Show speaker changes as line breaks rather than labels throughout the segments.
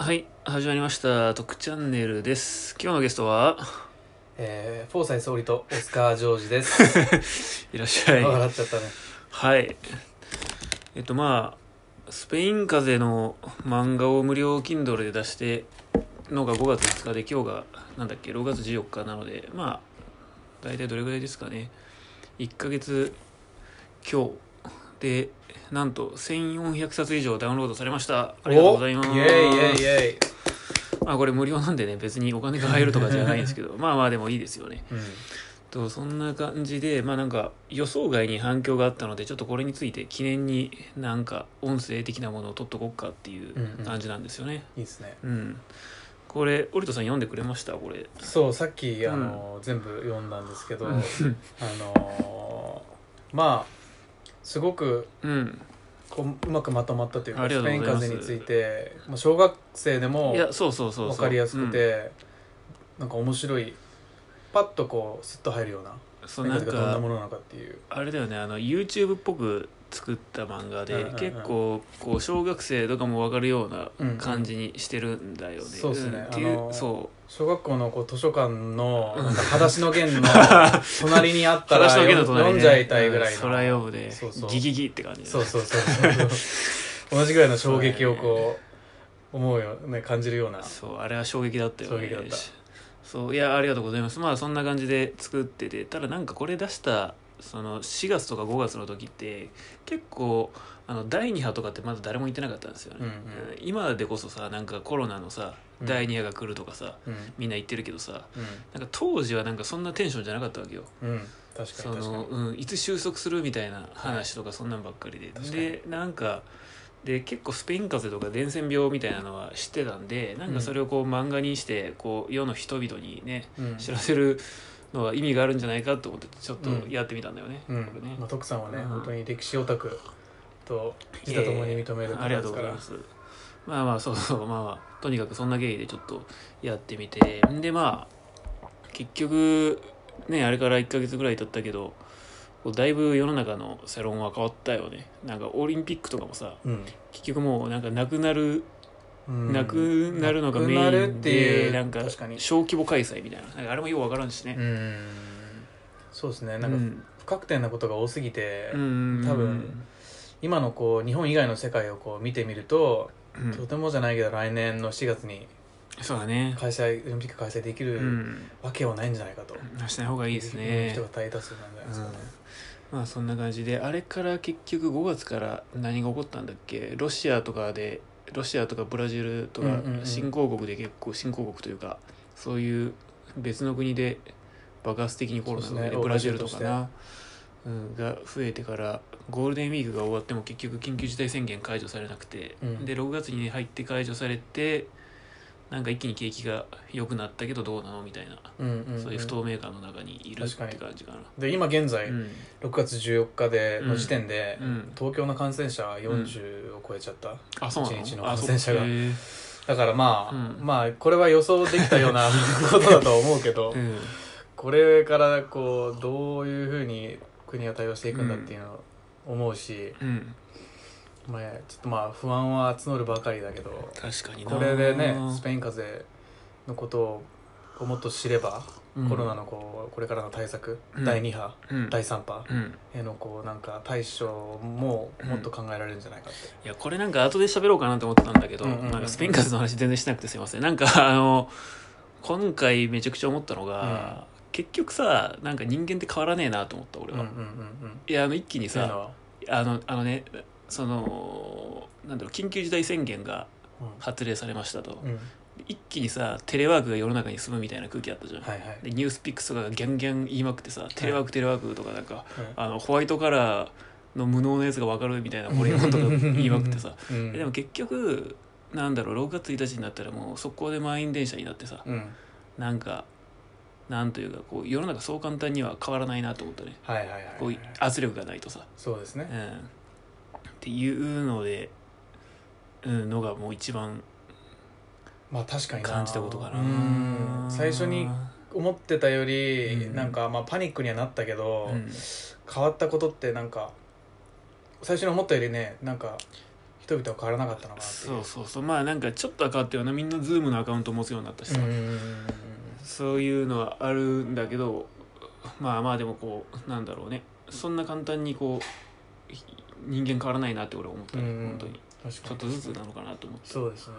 はい、始まりました。特チャンネルです。今日のゲストは、
フォーサイ総理とオスカー・ジョージです。
いらっしゃい。
笑っちゃったね。
はい。スペイン風邪の漫画を無料 Kindle で出してのが5月5日で、今日が、6月14日なので、大体どれぐらいですかね。1ヶ月今日で、なんと1400冊以上ダウンロードされました。ありがとうございます。
イエイイエイイエイ。
これ無料なんでね、別にお金が入るとかじゃないんですけど、でもいいですよね。そんな感じで、予想外に反響があったので、ちょっとこれについて記念に音声的なものを取っとこうかっていう感じなんですよね。
いいですね。
これオリトさん読んでくれました？これ。
そうさっき全部読んだんですけど、すごくこうまくまとまったというか、スペイン風邪について小学生でも分かりやすくて、なんか面白い、パッとこうスッと入るような、スペイン風邪がどんなものなのかっていう。
あれだよね、YouTube っぽく作った漫画で、結構こう小学生とかも分かるような感じにしてるんだよね。
そうですね。
そう
小学校のこう図書館のなんか裸足の弦の隣にあったら読んじゃいたいぐらいの。
そら読むで、ギギギって感じ。
そう同じぐらいの衝撃をこう思うよね、感じるような。
そう、あれは衝撃だったよね。
衝撃だった。
そう、いや、ありがとうございます。そんな感じで作ってて、ただこれ出したその4月とか5月の時って結構第2波とかってまだ誰も言ってなかったんですよね。今でこそさ、コロナのさ第2波が来るとかさ、みんな言ってるけどさ、当時はそんなテンションじゃなかったわけよ。
確かに
いつ収束するみたいな話とか、そんなんばっかりで、で結構スペイン風邪とか伝染病みたいなのは知ってたんで、それをこう漫画にしてこう世の人々にね、知らせるのは意味があるんじゃないかと思ってちょっとやってみたんだよね。これね。
徳さんはね、本当に歴史オタクと自他ともに認める
方ですから。ありがとうございます。とにかくそんな経緯でちょっとやってみて、で結局ね、あれから1ヶ月ぐらい経ったけど、だいぶ世の中の世論は変わったよね。オリンピックとかもさ、結局もうなくなるのがメインで、小規模開催みたいな、あれもよくわからんしね。
そうですね。不確定なことが多すぎて、多分今のこう日本以外の世界をこう見てみると、とてもじゃないけど来年の4月に
そうだね、
オリンピック開催できるわけはないんじゃないかと。
しない方がいいですね。
人が大多数なんじゃないですかね。
そんな感じで、あれから結局5月から何が起こったんだっけ。ロシアとかブラジルとか新興国で、結構新興国というかそういう別の国で爆発的にコロナが、ブラジルとかな、が増えてから、ゴールデンウィークが終わっても結局緊急事態宣言解除されなくて、で6月に入って解除されて、一気に景気が良くなったけどどうなのみたいな、そういう不透明感の中にいるって感じかな。
で今現在、6月14日の時点で、東京の感染者は40を超えちゃった、1日の感染者が。だからこれは予想できたようなことだとは思うけど、これからこうどういうふうに国は対応していくんだっていうのを思うし、ちょっと不安は募るばかりだけど、
確かに
これでね、スペイン風邪のことをもっと知れば、コロナのこれからの対策、第2波、第3波への対処ももっと考えられるんじゃないかって。
いや、これ後で喋ろうかなと思ってたんだけど、スペイン風邪の話全然しなくてすいません。今回めちゃくちゃ思ったのが、結局さ、人間って変わらねえなと思った俺は。いや、一気にさ、緊急事態宣言が発令されましたと、一気にさテレワークが世の中に住むみたいな空気あったじゃん。でニュースピックスとかがギャンギャン言いまくってさ、テレワークとかホワイトカラーの無能なやつが分かるみたいなホリエモンとか言いまくってさ、でも結局6月1日になったらもう速攻で満員電車になってさ、なんというかこう世の中そう簡単には変わらないなと思ったね。こう圧力がないとさ。
そうですね。
っていうので、のがもう一番
確かに
感じたことかな。
最初に思ってたよりパニックにはなったけど、変わったことって最初に思ったよりね、一人々は変わらなかったのかなっていう。
そう、まあなんかちょっとは変わったような、みんなズームのアカウント持つようになったしさ、そういうのはあるんだけど、まあでもこうなんだろうね、そんな簡単にこう人間変わらないなって俺は思ったね、本当にちょっとずつなのかなと思って。
そうですね。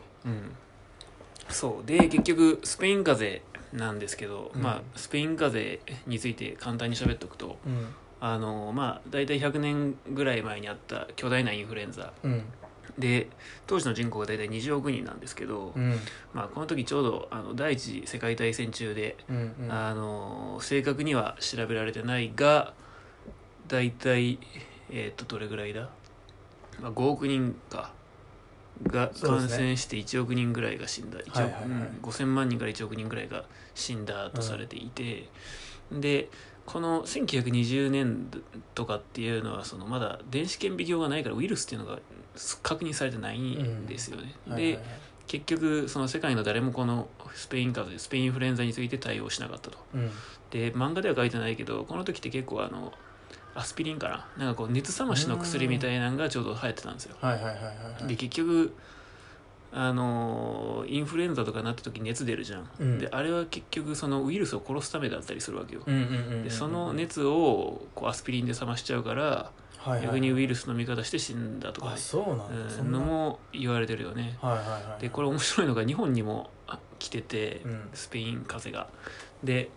そうで結局スペイン風邪なんですけど、スペイン風邪について簡単に喋っておくと、大体100年ぐらい前にあった巨大なインフルエンザ、で当時の人口が大体20億人なんですけど、この時ちょうど第一次世界大戦中で、正確には調べられてないが大体どれぐらいだ、5億人かが感染して1億人ぐらいが死んだ、5000万人から1億人ぐらいが死んだとされていて、でこの1920年とかっていうのはそのまだ電子顕微鏡がないからウイルスっていうのが確認されてないんですよね、で結局その世界の誰もこのスペインインフルエンザについて対応しなかったと、で漫画では書いてないけどこの時って結構アスピリンかな、なんかこう熱冷ましの薬みたいなのがちょうど流行ってたんですよ。で結局インフルエンザとかになった時に熱出るじゃん、であれは結局そのウイルスを殺すためだったりするわけよ、でその熱をこうアスピリンで冷ましちゃうから、逆にウイルスの味方して死んだとか、のも言われてるよね、でこれ面白いのが日本にも来てて、スペイン風邪がで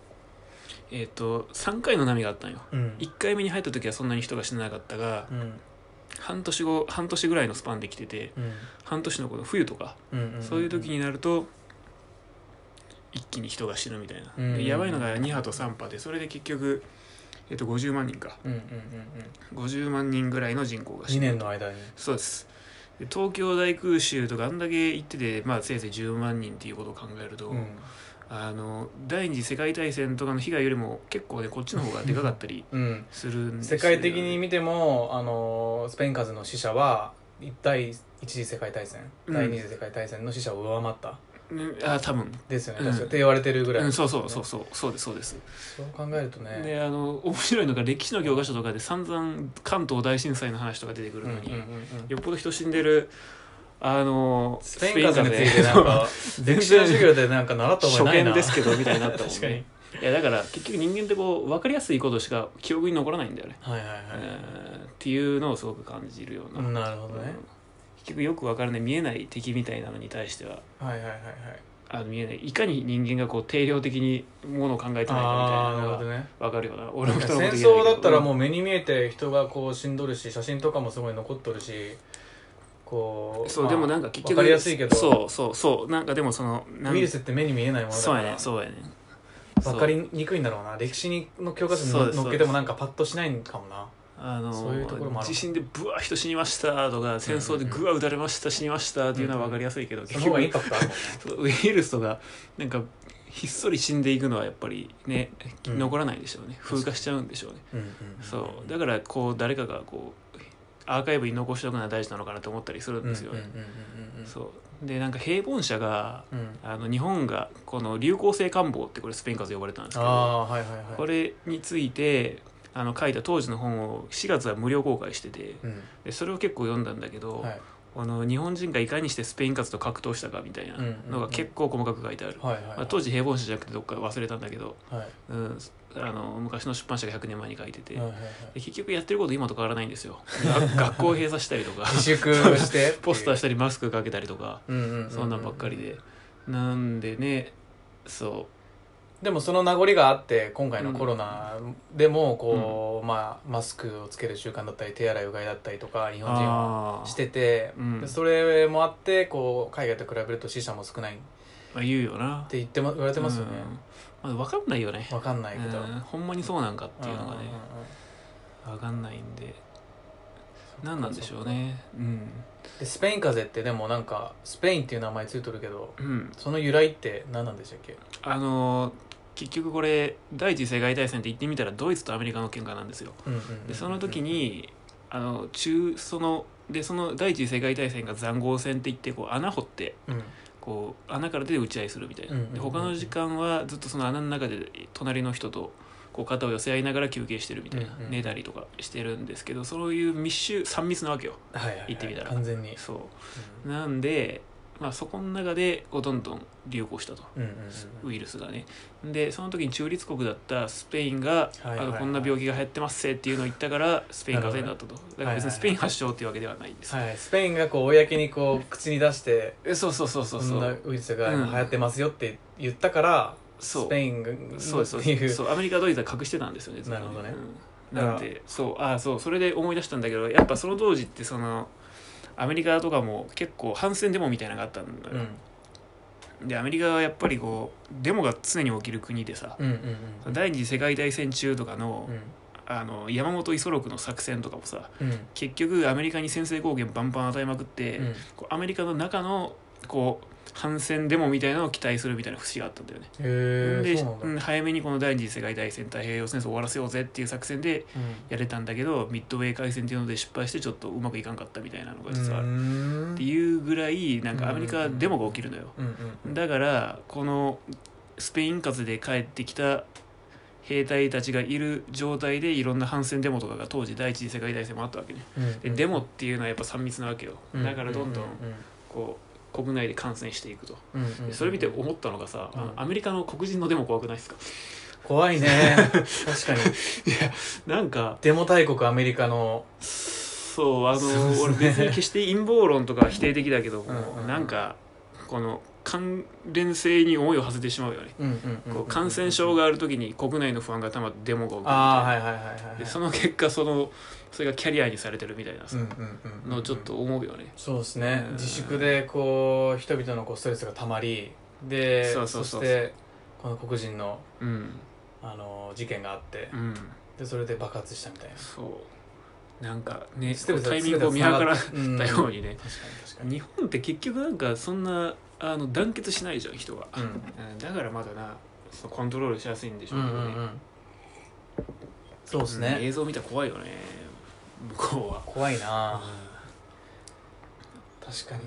3回の波があったんよ、1回目に入った時はそんなに人が死ななかったが、半年ぐらいのスパンで来てて、半年のこの冬とか、そういう時になると一気に人が死ぬみたいな、でやばいのが2波と3波で、それで結局、50万人か、50万人ぐらいの人口が死ぬ。
2年の間に。
そうです。で東京大空襲とかあんだけ行ってて、せいぜい10万人っていうことを考えると、第二次世界大戦とかの被害よりも結構ねこっちの方がでかかったりするんですよ、
世界的に見てもスペイン風邪の死者は第一次世界大戦、第二次世界大戦の死者を上回った、
多分
ですよね、確かって言われてるぐらい、
そうですそうです。
そう考えるとね、
で面白いのが歴史の教科書とかで散々関東大震災の話とか出てくるのに、よっぽど人死んでる
スペイン風邪についてなんか歴史の授業でなんか習った覚えないな、
初見ですけどみたいになったもんねいやだから結局人間ってこう分かりやすいことしか記憶に残らないんだよね、っていうのをすごく感じるような、
なるほどね、
結局よく分からない見えない敵みたいなのに対しては、見えない、いかに人間がこう定量的にものを考えてないかみたいなのが分かるような、俺も人のこと言えないけど、
戦争だったらもう目に見えて人がこう死んどるし、写真とかもすごい残っとるし、こう
そう、でもなんか結局
分かりやすいけど、
そうなんかでもその
ウイルスって目に見えないものだから、
そうやね
分かりにくいんだろうな、歴史の教科書に載っけてもなんかパッとしないんかもな、そういうところもある。
地震でブワー人死にましたとか、戦争でグワ撃たれました死にましたっていうのは分かりやすいけど、
その方がインパクトあるもんね
ウイルスとかなんかひっそり死んでいくのはやっぱりね、残らないでしょうね、風化しちゃうんでしょうね、そうだからこう誰かがこうアーカイブに残しておくのは大事なのかなと思ったりするんですよね。そうでなんか平凡社が、日本がこの流行性感冒ってこれスペイン風邪呼ばれたんですけど、これについて書いた当時の本を4月は無料公開してて、でそれを結構読んだんだけど、日本人がいかにしてスペイン風邪と格闘したかみたいなのが結構細かく書いてある。当時平凡社じゃなくてどっか忘れたんだけど、昔の出版社が100年前に書いてて、結局やってること今と変わらないんですよ学校を閉鎖したりとか
自粛して
ポスターしたりマスクかけたりとか、そんなんばっかりで、なんでね、
でもその名残があって今回のコロナでもこう、マスクをつける習慣だったり手洗いうがいだったりとか日本人はしてて、でそれもあってこう海外と比べると死者も少ない
言うよな
って言われてますよね、
分かんないよね、
分かんないけど、
ほんまにそうなんかっていうのがね、分かんないんで何なんでしょうね。
でスペイン風邪ってでもなんかスペインっていう名前ついとるけど、その由来って何なんでしたっけ？
結局これ第一次世界大戦って言ってみたらドイツとアメリカの喧嘩なんですよ。でその時にその第一次世界大戦が塹壕戦って言ってこう穴掘って、こう穴から出て打ち合いするみたいな、で他の時間はずっとその穴の中で隣の人とこう肩を寄せ合いながら休憩してるみたいな、寝たりとかしてるんですけど、そういう3密なわけよ、行ってみたら
完全に
そう、なんでそこの中でどんどん流行したと、ウイルスがね。でその時に中立国だったスペインが、こんな病気が流行ってますせっていうのを言ったからスペイン風邪になったと。だから別にスペイン発症っていうわけではないんです、
スペインが公に口に出して
そう
こんなウイルスが流行ってますよって言ったから、スペインが
そうアメリカドイツは隠してたんですよね。
なるほどね、
なんでそれで思い出したんだけど、やっぱその当時ってアメリカとかも結構反戦デモみたいなのがあったんだよ、でアメリカはやっぱりデモが常に起きる国でさ、第二次世界大戦中とかの、山本五十六の作戦とかもさ、結局アメリカに先制攻撃バンバン与えまくって、アメリカの中の反戦デモみたいなのを期待するみたいな節があったんだよね。で早めにこの第二次世界大戦太平洋戦争を終わらせようぜっていう作戦でやれたんだけど、ミッドウェー海戦っていうので失敗してちょっとうまくいかんかったみたいなのが実はあるっていうぐらい、なんかアメリカはデモが起きるのよ。だからこのスペイン風邪で帰ってきた兵隊たちがいる状態でいろんな反戦デモとかが当時第一次世界大戦もあったわけね。でデモっていうのはやっぱ3密なわけよ。だからどんどん国内で感染していくと、それ見て思ったのがさ、アメリカの黒人のデモ怖くないですか？
怖いね確かに。
いやなんか
デモ大国アメリカの、
そう俺別に決して陰謀論とか否定的だけども、なんかこの関連性に思いを馳せてしまうよね。感染症がある時に国内の不安がたまってデモが起きるみたいな。でその結果それがキャリアにされてるみたいなさのをちょっと思うよね。
そうですね、自粛で人々のストレスがたまりで、そしてこの黒人の、事件があって、でそれで爆発したみたいな。
そうなんかね、タイミングを見計らったようにね。確かに日本って結局なんかそんな団結しないじゃん人が、だからまだなコントロールしやすいんでしょうけどね。
そうですね、
映像見たら怖いよね向こうは。
怖いな、確かに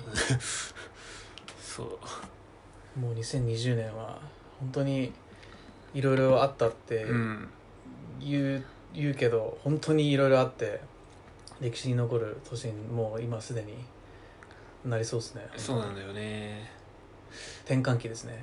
そう
もう2020年は本当にいろいろあったって言うけど、本当にいろいろあって歴史に残る年にもう今すでになりそうですね。
そうなんだよね、
転換期ですね。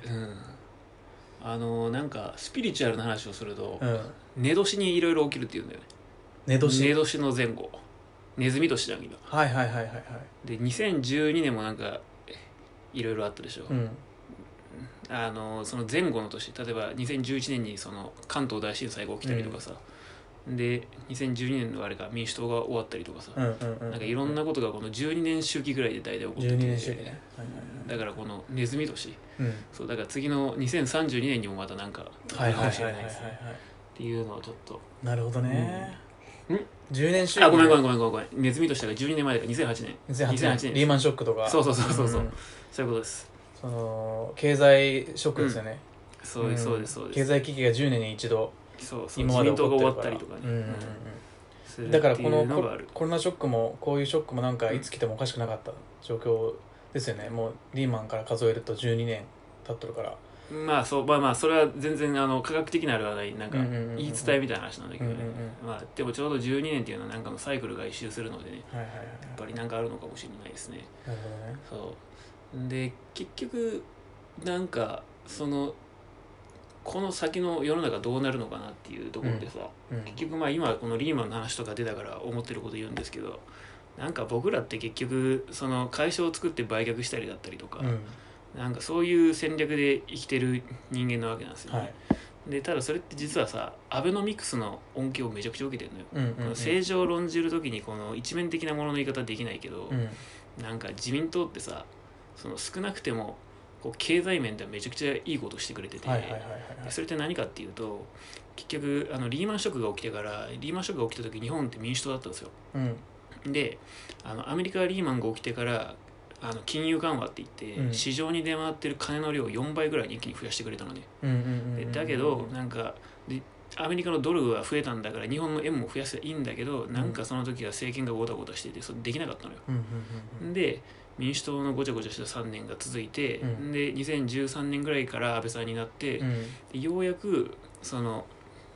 なんかスピリチュアルな話をすると、寝年にいろいろ起きるっていうんだよね。
寝年
の前後、ネズミ年じゃん今。で2012年もなんかいろいろあったでしょ、その前後の年、例えば2011年に関東大震災が起きたりとかさ、で2012年のあれが民主党が終わったりとかさ、なんかいろんなことがこの12年周期ぐらいで大体起こってて、
12年周期ね、
だからこのネズミ年、そうだから次の2032年にもまたなんかあるかもしれないですねっていうのをちょっと。
なるほどね、10年周期。
ごめんネズミ年だから12年前だから2008年
リーマンショックとか。
そういうことです。
経済ショックですよね、
そうです
経済危機が10年に一度
今まで起こってるから、自民党が終わったりとかね、
だからこのコロナショックもこういうショックもなんかいつ来てもおかしくなかった状況ですよね。もうリーマンから数えると12年経ってるから。
それは全然科学的なあれはない、なんか言い伝えみたいな話なんだけどね。でもちょうど12年っていうのはなんかのサイクルが一周するのでね、やっぱりなんかあるのかもしれないですね。
なるほどね。
そうで結局なんかこの先の世の中どうなるのかなっていうところでさ、結局今このリーマンの話とか出たから思ってること言うんですけど、なんか僕らって結局会社を作って売却したりだったりとか、なんかそういう戦略で生きてる人間なわけなんですよね。でただそれって実はさ、アベノミクスの恩恵をめちゃくちゃ受けてるのよ。政治を論じる時にこの一面的なものの言い方できないけど、なんか自民党ってさ、少なくても経済面ではめちゃくちゃいいことしてくれてて、それって何かっていうと、結局リーマンショックが起きてから、リーマンショックが起きた時日本って民主党だったんですよ。でアメリカはリーマンが起きてから金融緩和って言って、市場に出回ってる金の量を4倍ぐらいに一気に増やしてくれたのね。だけどなんかアメリカのドルは増えたんだから日本の円も増やせばいいんだけど、なんかその時は政権がゴタゴタしててそれできなかったのよ。で民主党のごちゃごちゃした3年が続いて、で2013年ぐらいから安倍さんになって、ようやく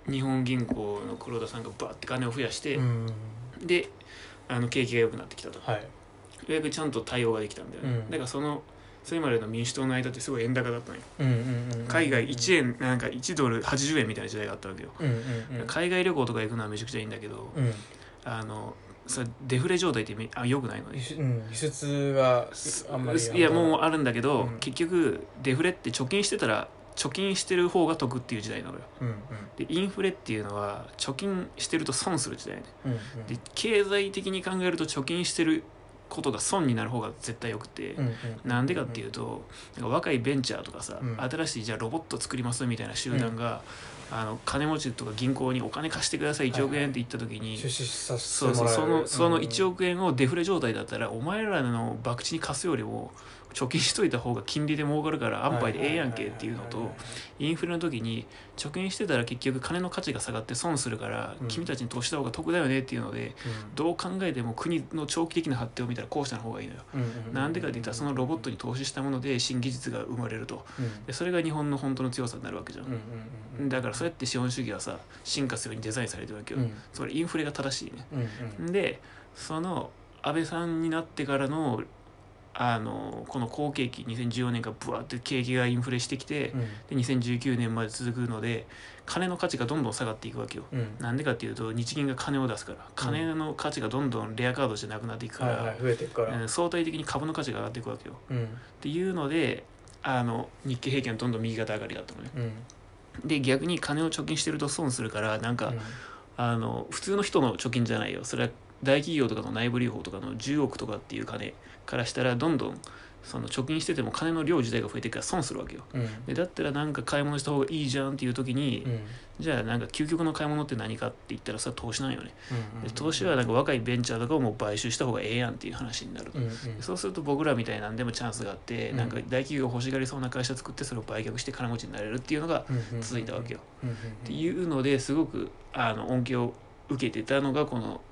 日本銀行の黒田さんがバーって金を増やして、で景気が良くなってきたと、ようやくちゃんと対応ができたんだよね、だからそれまでの民主党の間ってすごい円高だったのよ、海外1円なんか1ドル80円みたいな時代があったわけよ、海外旅行とか行くのはめちゃくちゃいいんだけど、それデフレ状態って良くないのね、
輸出があんまり
いやもうあるんだけど、結局デフレって貯金してる方が得っていう時代なのよ、でインフレっていうのは貯金してると損する時代ね、で経済的に考えると貯金してることが損になる方が絶対よくて、なんでかっていうとなんか若いベンチャーとかさ、新しいじゃあロボット作りますみたいな集団が、金持ちとか銀行にお金貸してください1億円って言った時に、その1億円をデフレ状態だったらお前らの博打に貸すよりも貯金しといた方が金利で儲かるから安牌でええやんけっていうのと、インフレの時に貯金してたら結局金の価値が下がって損するから君たちに投資した方が得だよねっていうので、どう考えても国の長期的な発展を見たら後者の方がいいのよ、なんでかって言ったらそのロボットに投資したもので新技術が生まれると、でそれが日本の本当の強さになるわけじゃん、だからそうやって資本主義はさ進化するようにデザインされてるわけよ、それインフレが正しいね、でその安倍さんになってからのこの好景気2014年からブワーって景気がインフレしてきて、で2019年まで続くので金の価値がどんどん下がっていくわけよ、なんでかっていうと日銀が金を出すから金の価値がどんどんレアカードじゃなくなっていくから、
増えていくから、
相対的に株の価値が上がっていくわけよ、っていうので日経平均はどんどん右肩上がりだったのね、で逆に金を貯金してると損するからなんか、普通の人の貯金じゃないよ、それは大企業とかの内部留保とかの10億とかっていう金からしたらどんどんその貯金してても金の量自体が増えていくから損するわけよ、でだったらなんか買い物した方がいいじゃんっていう時に、じゃあなんか究極の買い物って何かって言ったらそれは投資なんよね、で投資はなんか若いベンチャーとかをもう買収した方がええやんっていう話になる、そうすると僕らみたいなんでもチャンスがあって、なんか大企業が欲しがりそうな会社作ってそれを売却して金持ちになれるっていうのが続いたわけよ、っていうのですごく恩恵を受けてたのがこの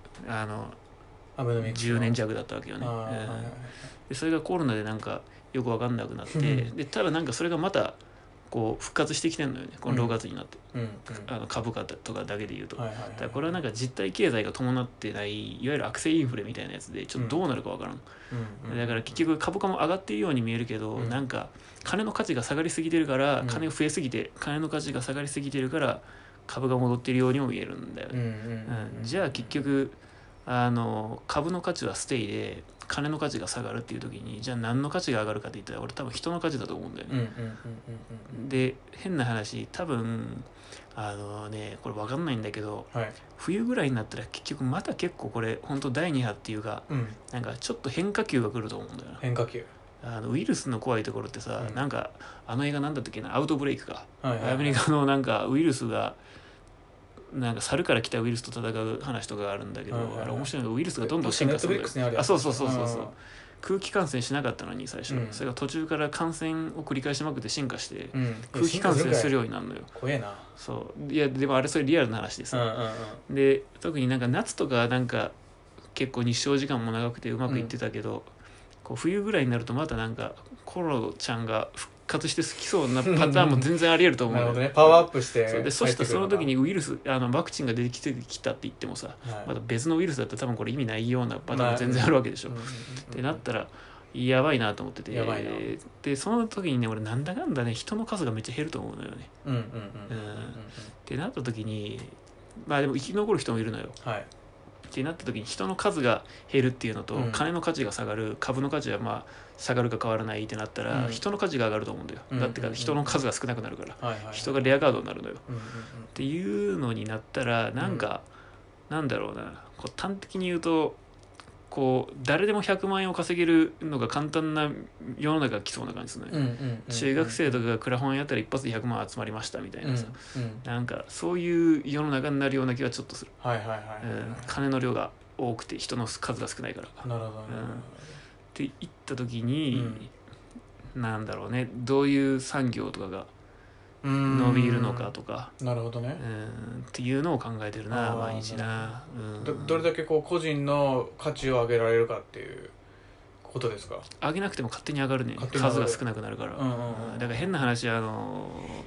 10年弱だったわけよね、でそれがコロナでなんかよく分かんなくなってでただなんかそれがまたこう復活してきてるのよねこの6月になって、株価とかだけで言うと、だからこれはなんか実体経済が伴ってないいわゆる悪性インフレみたいなやつでちょっとどうなるか分からん、だから結局株価も上がっているように見えるけど、なんか金の価値が下がりすぎてるから、金が増えすぎて金の価値が下がりすぎてるから株が戻ってるようにも見えるんだよね、じゃあ結局株の価値はステイで金の価値が下がるっていう時にじゃあ何の価値が上がるかって言ったら俺多分人の価値だと思うんだよね、で変な話多分これ分かんないんだけど、冬ぐらいになったら結局また結構これ本当第2波っていうか、なんかちょっと変化球が来ると思うんだよな。
変化球
ウイルスの怖いところってさ、なんか映画なんだったっけな、アウトブレイクか、アメリカのなんかウイルスがなんか猿から来たウイルスと戦う話とかがあるんだけど、あれ面白いのがウイルスがどんどん進化するんだよ。そう空気感染しなかったのに最初、それが途中から感染を繰り返しまくって進化して、空気感染するようになるのよ。
怖えな。
そういやでもあれそれリアルな話でさ、で特になんか夏とかなんか結構日照時間も長くてうまくいってたけど、こう冬ぐらいになるとまたなんかコロちゃんが復活して好きそうなパターンも全然ありえると思う
なるほどね、パワーアップして
そうで、そしたらその時にウイルスワクチンが出てきたって言ってもさ、また別のウイルスだったら多分これ意味ないようなパターンも全然あるわけでしょ、ってなったらやばいなと思ってて、でその時にね俺なんだかんだね人の数がめっちゃ減ると思うのよね。ってなった時にまあでも生き残る人もいるのよ、ってなった時に人の数が減るっていうのと、金の価値が下がる、株の価値はまあ下がるか変わらないってなったら、人の価値が上がると思うんだよ、だって人の数が少なくなるから、人がレアカードになるのよ、っていうのになったらなんか、なんだろうな、こう端的に言うとこう誰でも100万円を稼げるのが簡単な世の中が来そうな感じですね。中学生とかがクラファンやったら一発で100万集まりましたみたいなさ、なんかそういう世の中になるような気はちょっとする。金の量が多くて人の数が少ないから。
なるほど、
って言った時に、なんだろうね、どういう産業とかが伸びるのかとか、
なるほどね、
っていうのを考えてるな毎日な、
どれだけこう個人の価値を上げられるかっていうことですか。
上げなくても勝手に上がるね、数が少なくなるから、だから変な話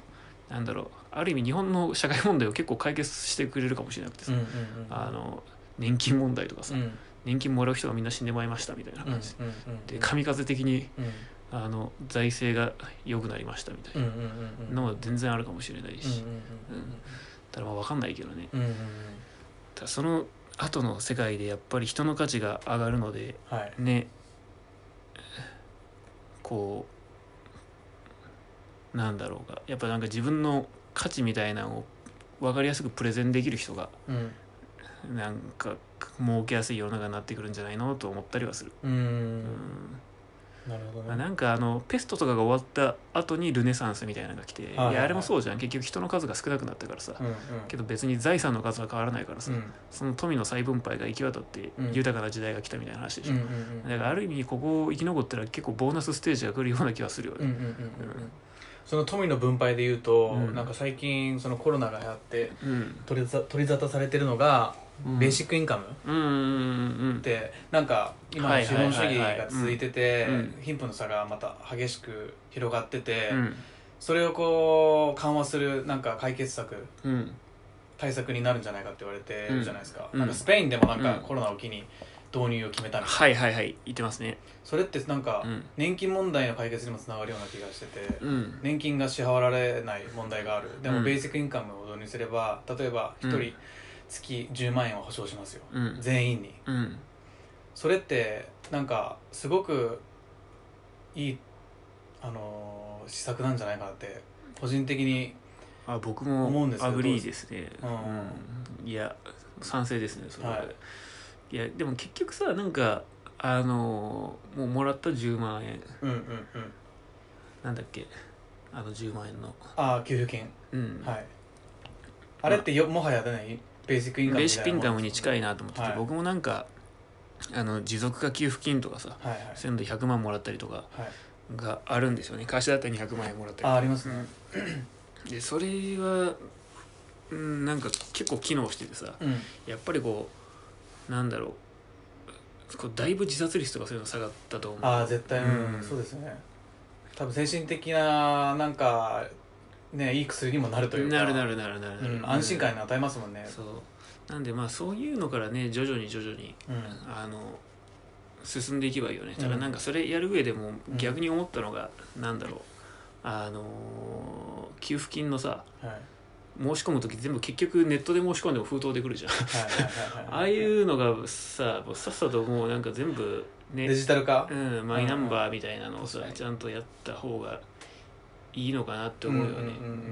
なんだろう、ある意味日本の社会問題を結構解決してくれるかもしれなくてさ、年金問題とかさ、年金もらう人がみんな死んでまいりましたみたいな感じで、神風的に、財政が良くなりましたみたいなのは全然あるかもしれないし、ただまあ分かんないけどね、ただその後の世界でやっぱり人の価値が上がるので、ね、こうなんだろうが、やっぱなんか自分の価値みたいなのを分かりやすくプレゼンできる人が、なんか儲けやすい世の中になってくるんじゃないのと思ったりはする。
なるほどね。
なんかペストとかが終わった後にルネサンスみたいなのが来て、いやあれもそうじゃん、結局人の数が少なくなったからさ、けど別に財産の数は変わらないからさ、その富の再分配が行き渡って豊かな時代が来たみたいな話でしょ。だからある意味ここ生き残ったら結構ボーナスステージが来るような気がするよね。
その富の分配でいうと、なんか最近そのコロナが流行って取り沙汰されてるのが、ベーシックインカムってなんか今の資本主義が続いてて、貧富の差がまた激しく広がってて、それをこう緩和するなんか解決策、対策になるんじゃないかって言われてるじゃないですか。なんかスペインでもなんかコロナを機に導入を決めたみたいな。
言ってますね。
それってなんか年金問題の解決にもつながるような気がしてて、年金が支払われない問題がある。でもベーシックインカムを導入すれば、例えば1人月10万円を保証しますよ、全員に、それってなんかすごくいい施策なんじゃないかなって個人的に
僕もアグリーですね。いや賛成ですねそれは。いやでも結局さ、なんかもうもらった10万円、なんだっけ10万円の
給付金、あれってもはやねベーシックインカムみたいなもんですよね。
ベーシックインカムに近いなと思ってて、僕もなんか持続化給付金とかさ、1000で100万もらったりとかがあるんですよね。会社だったら200万円もらったりとか。
ありますね。
でそれはなんか結構機能しててさ、やっぱりこうなんだろう、だいぶ自殺率とかそういうの下がったと思う。
絶対、そうですよね。多分精神的ななんかね、いい薬にもなるというか、なる安心感に与えますもんね。
そうなんでまあそういうのからね徐々に、進んでいけばいいよね。ただなんかそれやる上でも逆に思ったのが、なんだろう給付金のさ、申し込む時全部結局ネットで申し込んでも封筒で来るじゃん。ああいうのがさっさともうなんか全部ね、
デジタル化、
マイナンバーみたいなのをさ、ちゃんとやった方がいいのかなって思うよね。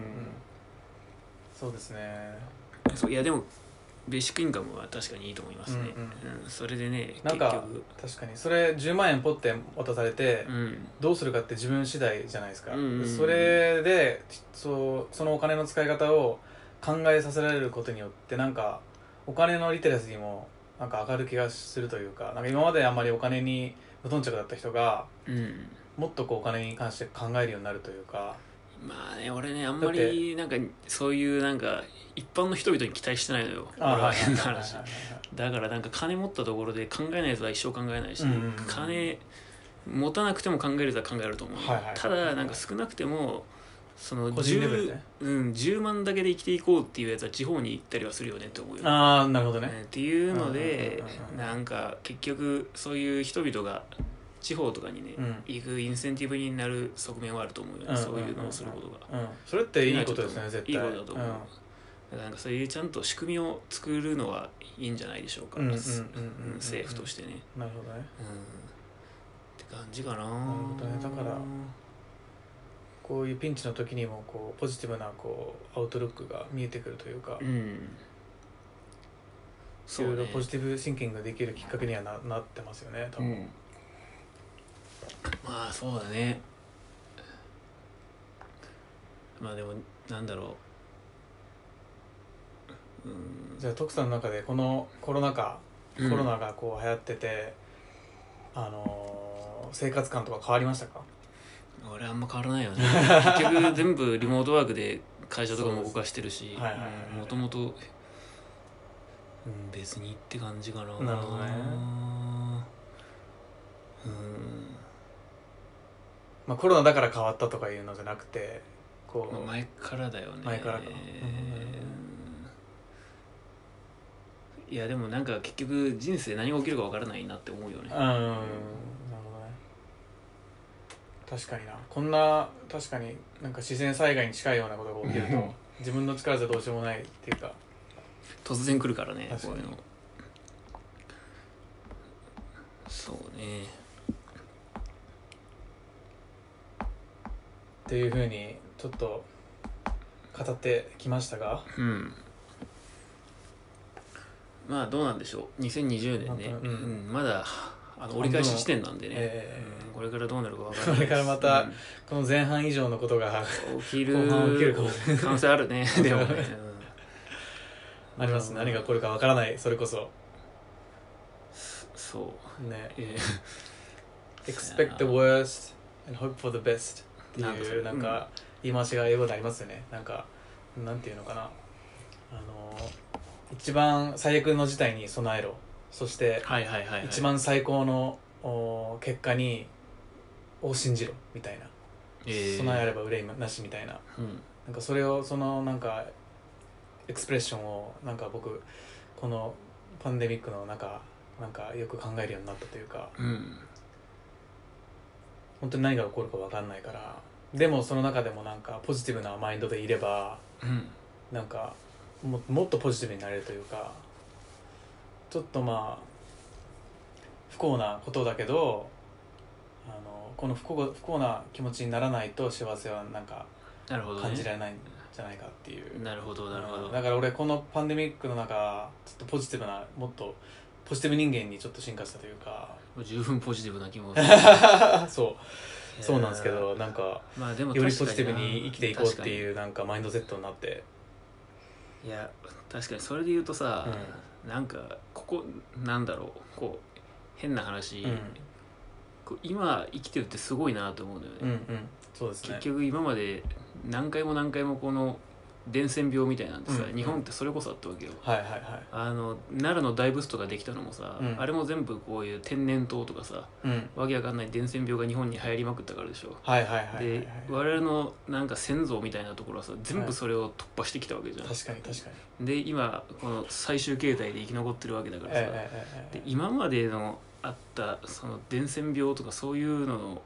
そうですね。
いやでもベーシックインカムは確かにいいと思いますね。それでね、
なんか確かにそれ10万円ポッて渡されて、どうするかって自分次第じゃないですか。それでそのお金の使い方を考えさせられることによって、なんかお金のリテラシーもなんか上がる気がするというか、なんか今まであんまりお金に無頓着だった人が、もっとこうお金に関して考えるようになるというか。
まあね、俺ねあんまりなんかそういうなんか一般の人々に期待してないのよ。俺は変な話だから、なんか金持ったところで考えないやつは一生考えないし、金持たなくても考えるやつは考えると思う。ただなんか少なくてもその 10万だけで生きていこうっていうやつは地方に行ったりはするよねって思うよ。
なるほどね。
っていうので、なんか結局そういう人々が地方とかにね、行くインセンティブになる側面はあると思うよね。そういうのをすることが、
それっていいことですね。絶対
いいことだと思う。だからなんかそういうちゃんと仕組みを作るのはいいんじゃないでしょうか、政府としてね。
なるほどね。
って感じかな。
なるほどね。だからこういうピンチの時にもこうポジティブなこうアウトロックが見えてくるというか、いろいろポジティブシンキングができるきっかけには なってますよね多分。
まあそうだね。まあでもなんだろう、
じゃあ徳さんの中でこのコロナがこう流行ってて、生活感とか変わりましたか？
俺あんま変わらないよね。結局全部リモートワークで会社とかも動かしてるし、もともと別にって感じかな。
なるほどね。まあコロナだから変わったとかいうのじゃなくて、 こう
前からだよね。
前からか、
いやでもなんか結局人生何が起きるか分からないなって思うよね。
なるほどね。確かにな。こんな確かになんか自然災害に近いようなことが起きると自分の力じゃどうしようもないっていうか、
突然来るからね、
こういうの。
そうね。
っていうふうにちょっと語ってきましたが、
まあどうなんでしょう。2020年ね、まだ折り返し地点なんでね、これからどうなるか分からないです。
これからまたこの前半以上のことが
起きる可能性あるね。でもね、
ありますね。何が起こるか分からない。それこそ
そう
ね。Expect the worst and hope for the best っていうなんか言い回しが英語でありますよね。なんかなんていうのかな、一番最悪の事態に備えろ、そして一番最高の結果を信じろみたいな、備えあれば憂いなしみたいな、なんかそれをそのなんかエクスプレッションをなんか僕このパンデミックの中なんかよく考えるようになったというか、本当に何が起こるか分かんないから、でもその中でもなんかポジティブなマインドでいれば、なんかもっとポジティブになれるというか、ちょっとまあ不幸なことだけどこの不幸な気持ちにならないと幸せはなんか感じられないんじゃないかっていう。
なるほどなるほど。
だから俺このパンデミックの中ちょっとポジティブな、もっとポジティブ人間にちょっと進化したというか、
十分ポジティブな気持ち
そうなんですけど、なんか、
まあ、でも
よりポジティブに生きていこうっていうなんかマインドセットになって、
いや確かにそれで言うとさ、なんかここなんだろう、こう変な話、こう今生きてるってすごいなと思うんだよね。
そうですね。
結局今まで何回も何回もこの伝染病みたいなんてさ、日本ってそれこそあったわけよ。奈良の大仏とかできたのもさ、あれも全部こういう天然痘とかさ、わけわかんない伝染病が日本に流行りまくったからでしょ。で我々のなんか先祖みたいなところはさ、全部それを突破してきたわけじゃん。
確かに。
で今この最終形態で生き残ってるわけだからさ、で今までのあったその伝染病とかそういうの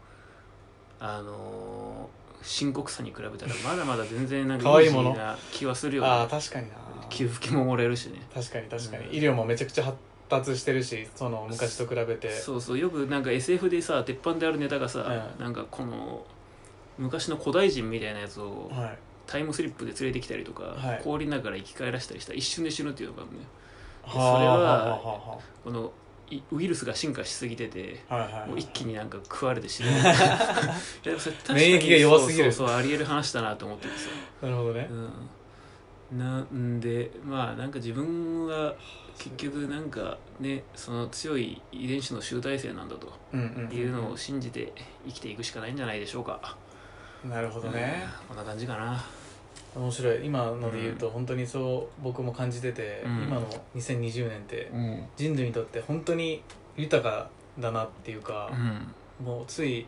の深刻さに比べたらまだまだ全然なんかイージーな気はするよね。
確かにな。
給付金ももらえるしね。
確かに、医療もめちゃくちゃ発達してるし、その昔と比べて。
そうよくなんか SF でさ鉄板であるネタがさ、なんかこの昔の古代人みたいなやつをタイムスリップで連れてきたりとか、氷の中から生き返らせたりしたら一瞬で死ぬっていうのがあるね。それはこのウイルスが進化しすぎてて、もう一気になんか食われて死ぬ。
免疫が弱すぎる。
そうありえる話だなと思ってるんですよ。
なるほどね。
なんでまあなんか自分は結局なんかね、その強い遺伝子の集大成なんだというのを信じて生きていくしかないんじゃないでしょうか。
なるほどね。
こんな感じかな。
面白い。今ので言うと本当にそう僕も感じてて、今の2020年って人類にとって本当に豊かだなっていうか、もうつい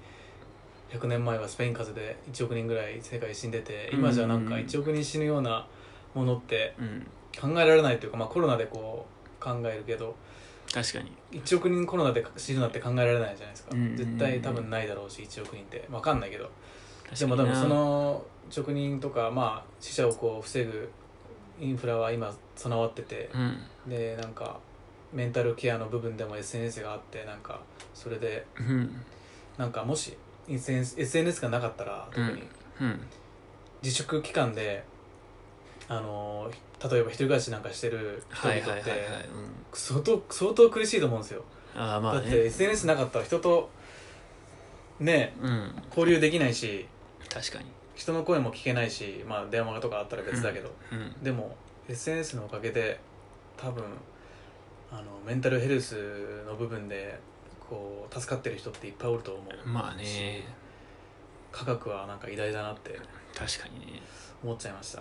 100年前はスペイン風邪で1億人ぐらい世界死んでて、今じゃなんか1億人死ぬようなものって考えられないというか、まあコロナでこう考えるけど、
確かに
1億人コロナで死ぬなんて考えられないじゃないですか。絶対多分ないだろうし、1億人って分かんないけど、でも多分その職人とか、まあ死者をこう防ぐインフラは今備わってて、でなんかメンタルケアの部分でも SNS があって、なんかそれで、なんかもし SNS がなかったら特に自粛期間で例えば一人暮らしなんかしてる人々って相当苦しいと思うんですよ。だって SNS なかったら人とね、交流できないし、
確かに
人の声も聞けないし、まあ電話とかあったら別だけど、でも SNS のおかげで多分メンタルヘルスの部分でこう助かってる人っていっぱいおると思う。
まあね、
科学はなんか偉大だなって
確かにね
思っちゃいました。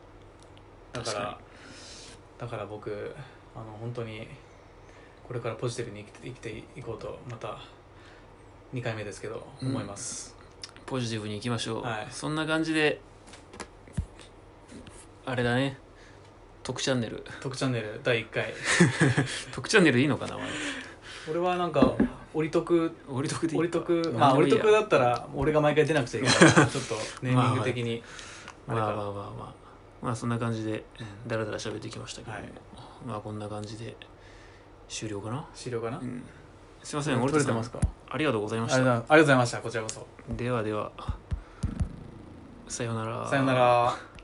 だから僕本当にこれからポジティブに生きていこうと、また2回目ですけど思います。
ポジティブにいきましょう。そんな感じであれだね、特チャンネル
第1回
特チャンネルいいのかな。
俺はなんか折り得
でいいか。
まあ折り得だったら俺が毎回出なくちゃいけないからちょっとネーミング的に
まあそんな感じでだらだら喋ってきましたけども、
はい、
まあこんな感じで終了かな、
すい
ません、俺
取れてますか。
ありがとうございました。
ありがとうございました。こちらこそ。
ではさようなら。
さようなら。